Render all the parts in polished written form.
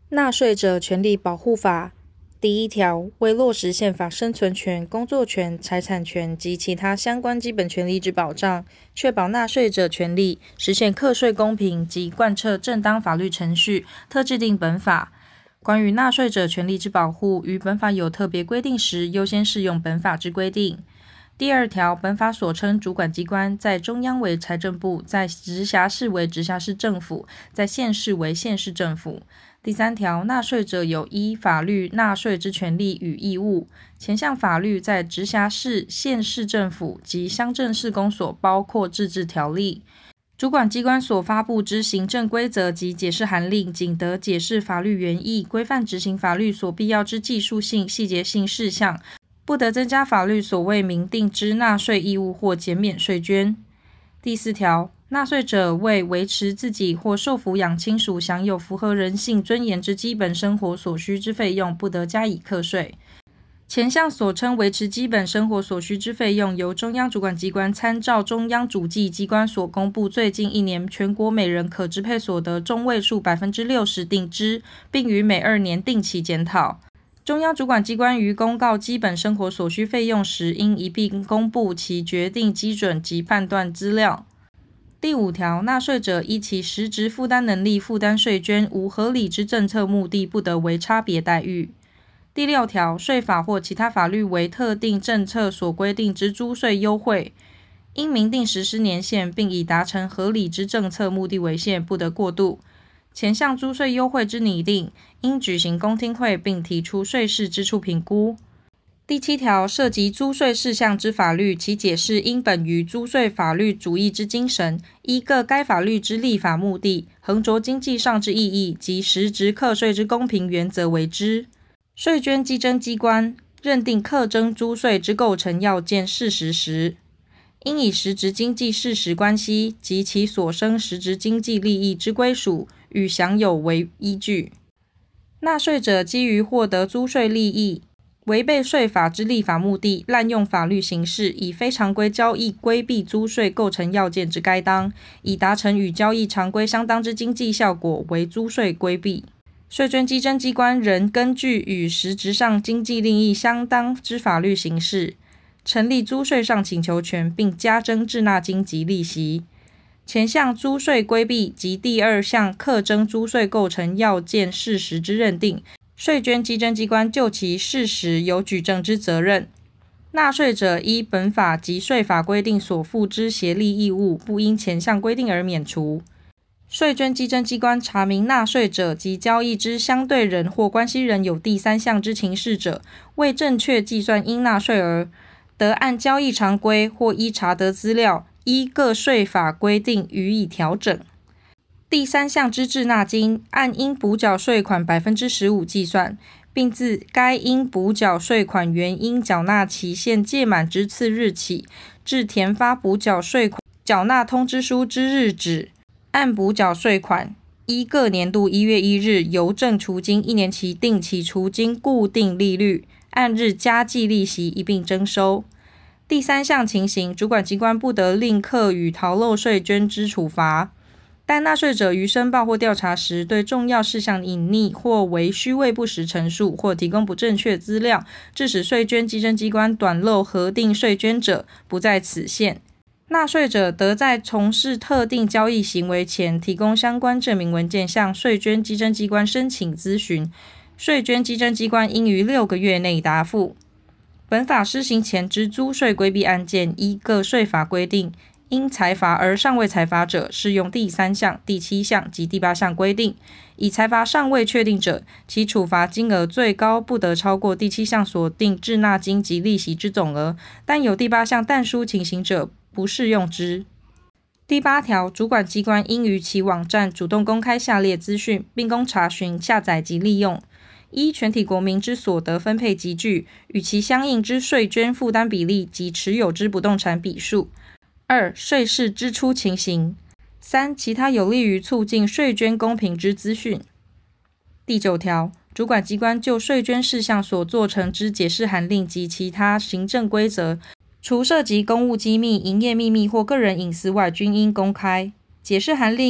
纳税者权利保护法第1条，为落实宪法生存权、工作权、财产权及其他相关基本权利之保障，确保纳税者权利，实现课税公平及贯彻正当法律程序，特制定本法。关于纳税者权利之保护，于本法有特别规定时，优先适用本法之规定。第2条，本法所称主管机关，在中央为财政部，在直辖市为直辖市政府，在县市为县市政府。第3条，纳税者有依法律纳税之权利与义务。前项法律在直辖市、县市政府及乡镇市公所包括自治条例。主管机关所发布之行政规则及解释函令，仅得解释法律原意，规范执行法律所必要之技术性、细节性事项，不得增加法律所谓明定之纳税义务或减免税捐。第4条，纳税者为维持自己或受抚养亲属享有符合人性尊严之基本生活所需之费用，不得加以课税。前项所称维持基本生活所需之费用，由中央主管机关参照中央主计机关所公布最近1年全国每人可支配所得中位数 60% 定之，并于每2年定期检讨。中央主管机关于公告基本生活所需费用时，应一并公布其决定基准及判断资料。第5条，纳税者依其实质负担能力负担税捐，无合理之政策目的，不得为差别待遇。第6条，税法或其他法律为特定政策所规定之租税优惠，应明定实施年限，并以达成合理之政策目的为限，不得过度。前项租税优惠之拟定，应举行公听会，并提出税事支出评估。第7条，涉及租税事项之法律，其解释应本于租税法律主义之精神，依各该法律之立法目的、衡着经济上之意义及实质课税之公平原则为之。税捐稽征机关认定课征租税之构成要件事实时，应以实质经济事实关系及其所生实质经济利益之归属与享有为依据。纳税者基于获得租税利益，违背税法之立法目的，滥用法律形式，以非常规交易规避租税构成要件之该当，以达成与交易常规相当之经济效果，为租税规避。税捐稽征机关仍根据与实质上经济利益相当之法律形式，成立租税上请求权，并加征滞纳金及利息。前项租税规避及第2项课征租税构成要件事实之认定，税捐稽征机关就其事实有举证之责任。纳税者依本法及税法规定所负之协力义务，不因前项规定而免除。税捐稽征机关查明纳税者及交易之相对人或关系人有第3项之情事者，未正确计算应纳税额，得按交易常规或依查得资料，依各税法规定予以调整。第3项之滞纳金，按应补缴税款 15% 计算，并自该应补缴税款原应缴纳期限届满之次日起，至填发补缴税款缴纳通知书之日止，按补缴税款，依各年度1月1日邮政储金1年期定期储金固定利率，按日加计利息一并征收。第3项情形，主管机关不得另课予逃漏税捐之处罚。但纳税者于申报或调查时，对重要事项隐匿或为虚伪不实陈述，或提供不正确资料，致使税捐稽征机关短漏核定税捐者，不在此限。纳税者得在从事特定交易行为前，提供相关证明文件向税捐稽征机关申请咨询，税捐稽征机关应于6个月内答复。本法施行前之租税规避案件，依各税法规定，因裁罚而尚未裁罚者，适用第3项、第7项及第8项规定；已裁罚尚未确定者，其处罚金额最高不得超过第7项所定滞纳金及利息之总额，但有第8项但书情形者，不适用之。第8条，主管机关应于其网站主动公开下列资讯，并供查询、下载及利用：一、全体国民之所得分配集聚，与其相应之税捐负担比例及持有之不动产笔数；二、税事支出情形；三、其他有利于促进税捐公平之资讯。第9条，主管机关就税捐事项所做成之解释函令及其他行政规则，除涉及公务机密、营业秘密或个人隐私外，均应公开。解释函令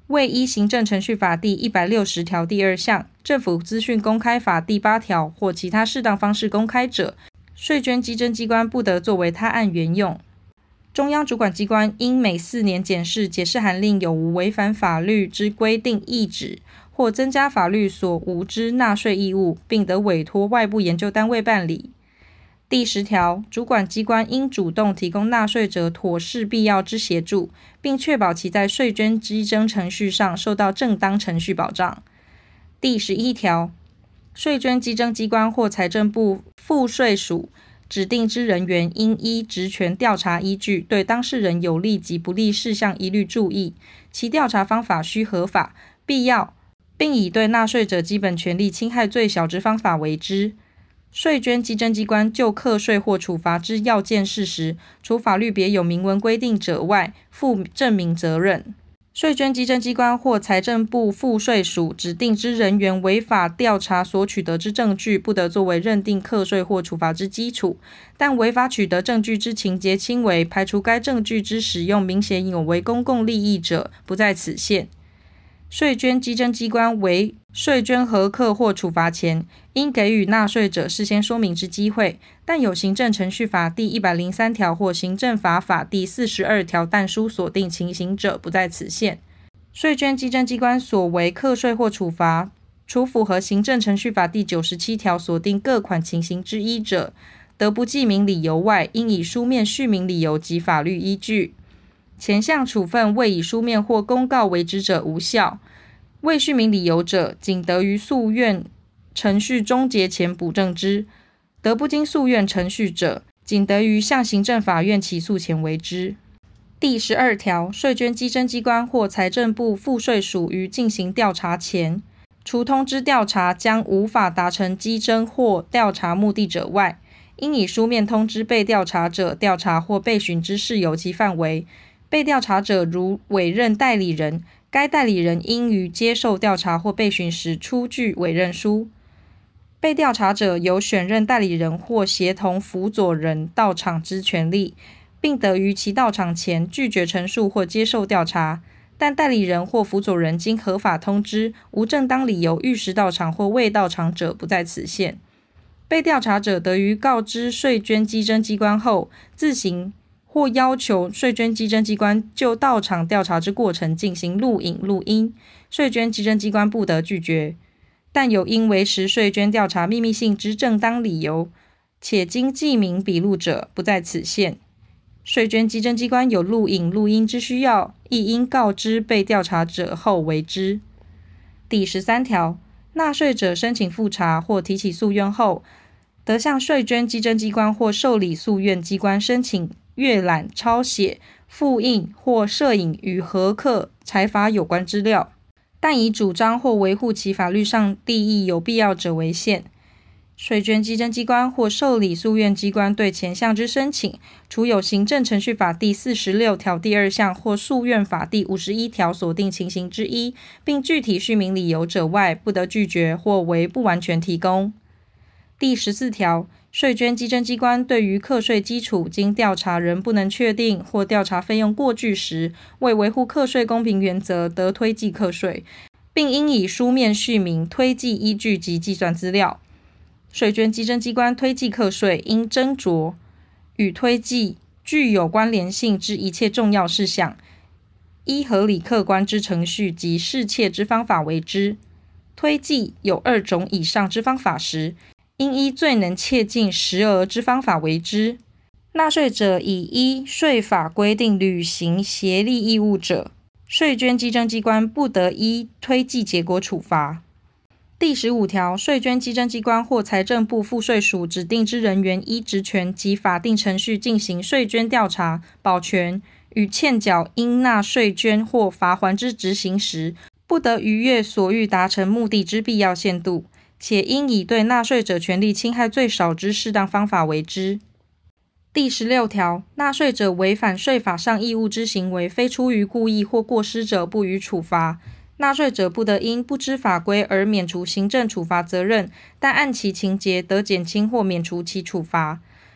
未依行政程序法第160条第2项、政府资讯公开法第8条或其他适当方式公开者，税捐稽征机关不得作为他案原用。中央主管机关应每4年检视解释函令有无违反法律之规定意旨，或增加法律所无之纳税义务，并得委托外部研究单位办理。第10条，主管机关应主动提供纳税者妥适必要之协助，并确保其在税捐稽征程序上受到正当程序保障。第11条，税捐稽征机关或财政部赋税署指定之人员应依职权调查依据，对当事人有利及不利事项一律注意，其调查方法须合法、必要，并以对纳税者基本权利侵害最小之方法为之。税捐稽征机关就课税或处罚之要件事实，除法律别有明文规定者外，负证明责任。税捐稽征机关或财政部赋税署指定之人员违法调查所取得之证据，不得作为认定课税或处罚之基础，但违法取得证据之情节轻微，排除该证据之使用明显有违公共利益者，不在此限。税捐稽征机关为税捐核课或处罚前，应给予纳税者事先说明之机会，但有行政程序法第103条或行政法法第42条但书所定情形者，不在此限。税捐稽征机关所为课税或处罚，除符合行政程序法第97条所定各款情形之一者，得不记明理由外，应以书面叙明理由及法律依据。前项处分未以书面或公告为之者无效，未叙明理由者，仅得于诉愿程序终结前补正之；得不经诉愿程序者，仅得于向行政法院起诉前为之。第12条，税捐稽征机关或财政部赋税署于进行调查前，除通知调查将无法达成稽征或调查目的者外，应以书面通知被调查者调查或备询之事由及范围。被调查者如委任代理人，该代理人应于接受调查或备询时出具委任书。被调查者有选任代理人或协同辅佐人到场之权利，并得于其到场前拒绝陈述或接受调查，但代理人或辅佐人经合法通知，无正当理由逾时到场或未到场者，不在此限。被调查者得于告知税捐稽征机关后，自行或要求税捐稽征机关就到场调查之过程进行录影录音，税捐稽征机关不得拒绝，但有因维持税捐调查秘密性之正当理由，且经记明笔录者，不在此限。税捐稽征机关有录影录音之需要，亦应告知被调查者后为之。第13条，纳税者申请复查或提起诉愿后，得向税捐稽征机关或受理诉愿机关申请阅览、抄写、复印或摄影与核课财罚有关资料，但以主张或维护其法律上利益有必要者为限。税捐稽征机关或受理诉愿机关对前项之申请，除有行政程序法第46条第2项或诉愿法第51条所定情形之一，并具体叙明理由者外，不得拒绝或为不完全提供。第14条，税捐稽征机关对于课税基础经调查仍不能确定或调查费用过巨时，为维护课税公平原则，得推计课税，并应以书面叙明推计依据及计算资料。税捐稽征机关推计课税，应斟酌与推计具有关联性之一切重要事项，依合理客观之程序及适切之方法为之。推计有2种以上之方法时，应依最能切近实额之方法为之。纳税者已依税法规定履行协力义务者，税捐稽征机关不得依推计结果处罚。第15条，税捐稽征机关或财政部赋税署指定之人员依职权及法定程序进行税捐调查、保全与欠缴应纳税捐或罚锾之执行时，不得逾越所欲达成目的之必要限度，且应以对纳税者权利侵害最少之适当方法为之。第16条，纳税者违反税法上义务之行为，非出于故意或过失者，不予处罚。纳税者不得因不知法规而免除行政处罚责任，但按其情节得减轻或免除其处罚。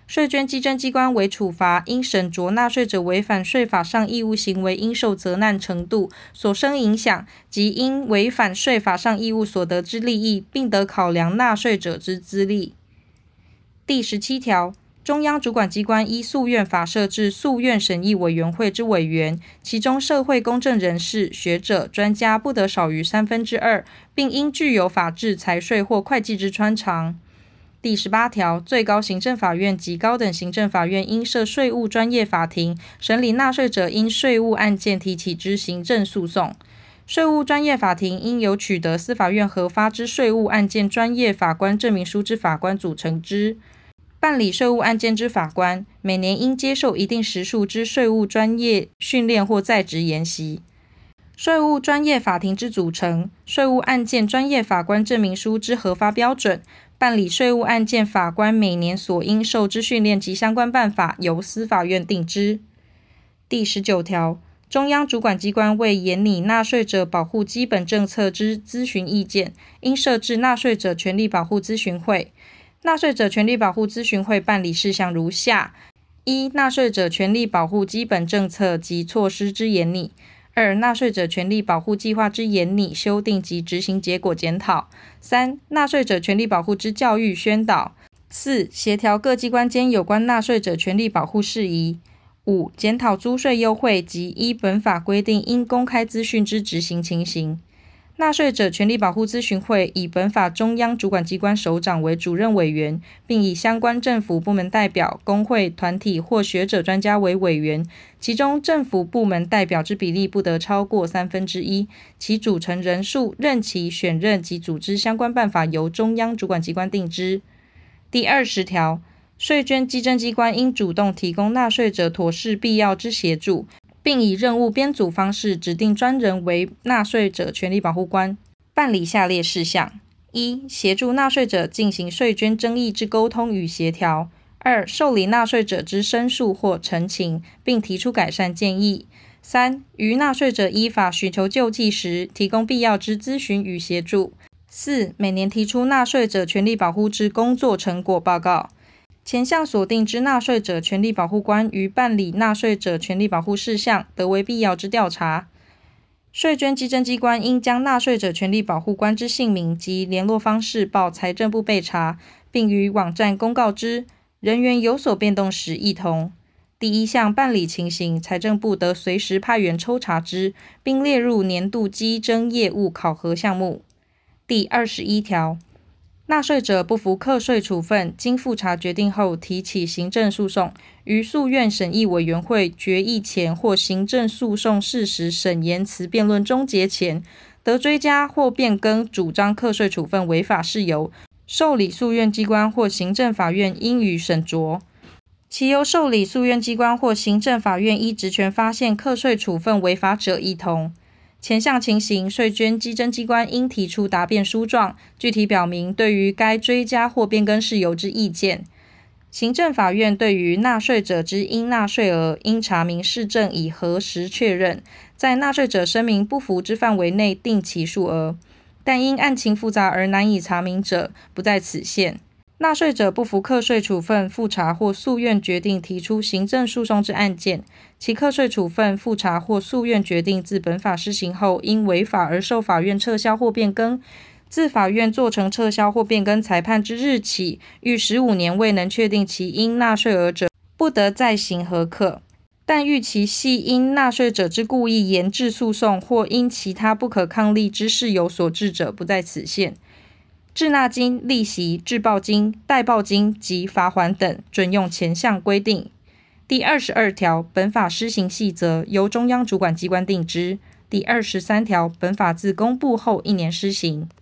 税捐稽征机关为处罚应审酌纳税者违反税法上义务行为应受责难程度、所生影响及因违反税法上义务所得之利益，并得考量纳税者之资历。第17条，中央主管机关依诉愿法设置诉愿审议委员会之委员，其中社会公正人士、学者、专家不得少于2/3，并应具有法制、财税或会计之专长。第18条，最高行政法院及高等行政法院应设税务专业法庭，审理纳税者因税务案件提起之行政诉讼。税务专业法庭应由取得司法院核发之税务案件专业法官证明书之法官组成之。办理税务案件之法官，每年应接受一定时数之税务专业训练或在职研习。税务专业法庭之组成，税务案件专业法官证明书之核发标准，办理税务案件法官每年所应受之训练及相关办法，由司法院定之。第19条，中央主管机关为研拟纳税者保护基本政策之咨询意见，应设置纳税者权利保护咨询会。纳税者权利保护咨询会办理事项如下：一、纳税者权利保护基本政策及措施之研拟；二、纳税者权利保护计划之研拟、修订及执行结果检讨；三、纳税者权利保护之教育宣导；四、协调各机关间有关纳税者权利保护事宜；五、检讨租税优惠及依本法规定应公开资讯之执行情形。纳税者权利保护咨询会以本法中央主管机关首长为主任委员，并以相关政府部门代表、工会、团体或学者专家为委员，其中政府部门代表之比例不得超过1/3，其组成人数、任期、选任及组织相关办法由中央主管机关定之。第20条，税捐稽征机关应主动提供纳税者妥适必要之协助，并以任务编组方式指定专人为纳税者权利保护官，办理下列事项：一、协助纳税者进行税捐争议之沟通与协调；二、受理纳税者之申诉或陈情，并提出改善建议；三、于纳税者依法寻求救济时，提供必要之咨询与协助；四、每年提出纳税者权利保护之工作成果报告。前项所定之纳税者权利保护官于办理纳税者权利保护事项，得为必要之调查。税捐稽征机关应将纳税者权利保护官之姓名及联络方式报财政部备查，并于网站公告之，人员有所变动时一同。第一项办理情形，财政部得随时派员抽查之，并列入年度稽征业务考核项目。第21条，纳税者不服课税处分，经复查决定后提起行政诉讼，于诉愿审议委员会决议前或行政诉讼事实审言词辩论终结前，得追加或变更主张课税处分违法事由，受理诉愿机关或行政法院应予审酌。其由受理诉愿机关或行政法院依职权发现课税处分违法者一同。前项情形，税捐稽征机关应提出答辩书状，具体表明对于该追加或变更事由之意见。行政法院对于纳税者之应纳税额，应查明事证以核实确认，在纳税者声明不服之范围内定其数额，但因案情复杂而难以查明者，不在此限。纳税者不服课税处分、复查或诉愿决定提出行政诉讼之案件，其课税处分、复查或诉愿决定自本法施行后，因违法而受法院撤销或变更，自法院做成撤销或变更裁判之日起，逾15年未能确定其应纳税额者，不得再行核课。但遇其系因纳税者之故意延至诉讼，或因其他不可抗力之事由所致者，不在此限。滞纳金、利息、滞报金、代报金及罚锾等，准用前项规定。第22条，本法施行细则由中央主管机关定之。第23条，本法自公布后1年施行。